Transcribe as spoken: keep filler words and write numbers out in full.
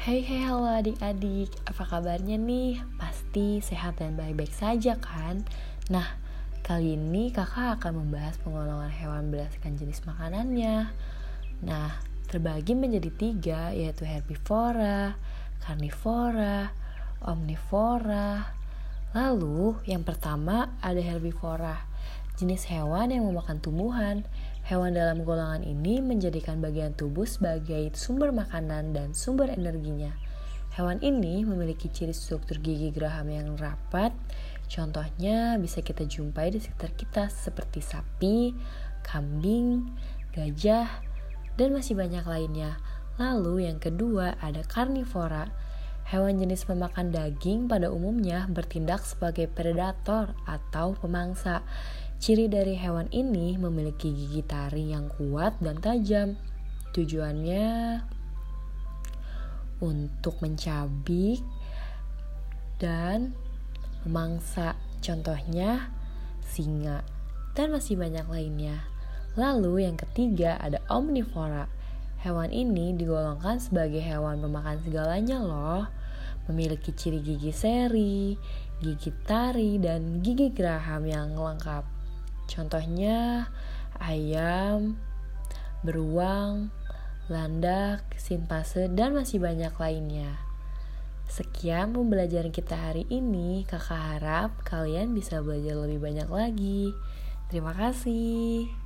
Hai hai halo adik-adik, apa kabarnya nih? Pasti sehat dan baik-baik saja kan? Nah, kali ini kakak akan membahas penggolongan hewan berdasarkan jenis makanannya. Nah, terbagi menjadi tiga, yaitu herbivora, karnivora, omnivora. Lalu, yang pertama ada herbivora, jenis hewan yang memakan tumbuhan. Hewan dalam golongan ini menjadikan bagian tubuh sebagai sumber makanan dan sumber energinya. Hewan ini memiliki ciri struktur gigi geraham yang rapat. Contohnya bisa kita jumpai di sekitar kita seperti sapi, kambing, gajah, dan masih banyak lainnya. Lalu yang kedua ada karnivora. Hewan jenis pemakan daging pada umumnya bertindak sebagai predator atau pemangsa. Ciri dari hewan ini memiliki gigi taring yang kuat dan tajam. Tujuannya untuk mencabik dan memangsa. Contohnya singa dan masih banyak lainnya. Lalu yang ketiga ada omnivora. Hewan ini digolongkan sebagai hewan pemakan segalanya loh. Memiliki ciri gigi seri, gigi taring, dan gigi geraham yang lengkap. Contohnya ayam, beruang, landak, sinpase, dan masih banyak lainnya. Sekian pembelajaran kita hari ini. Kakak harap kalian bisa belajar lebih banyak lagi. Terima kasih.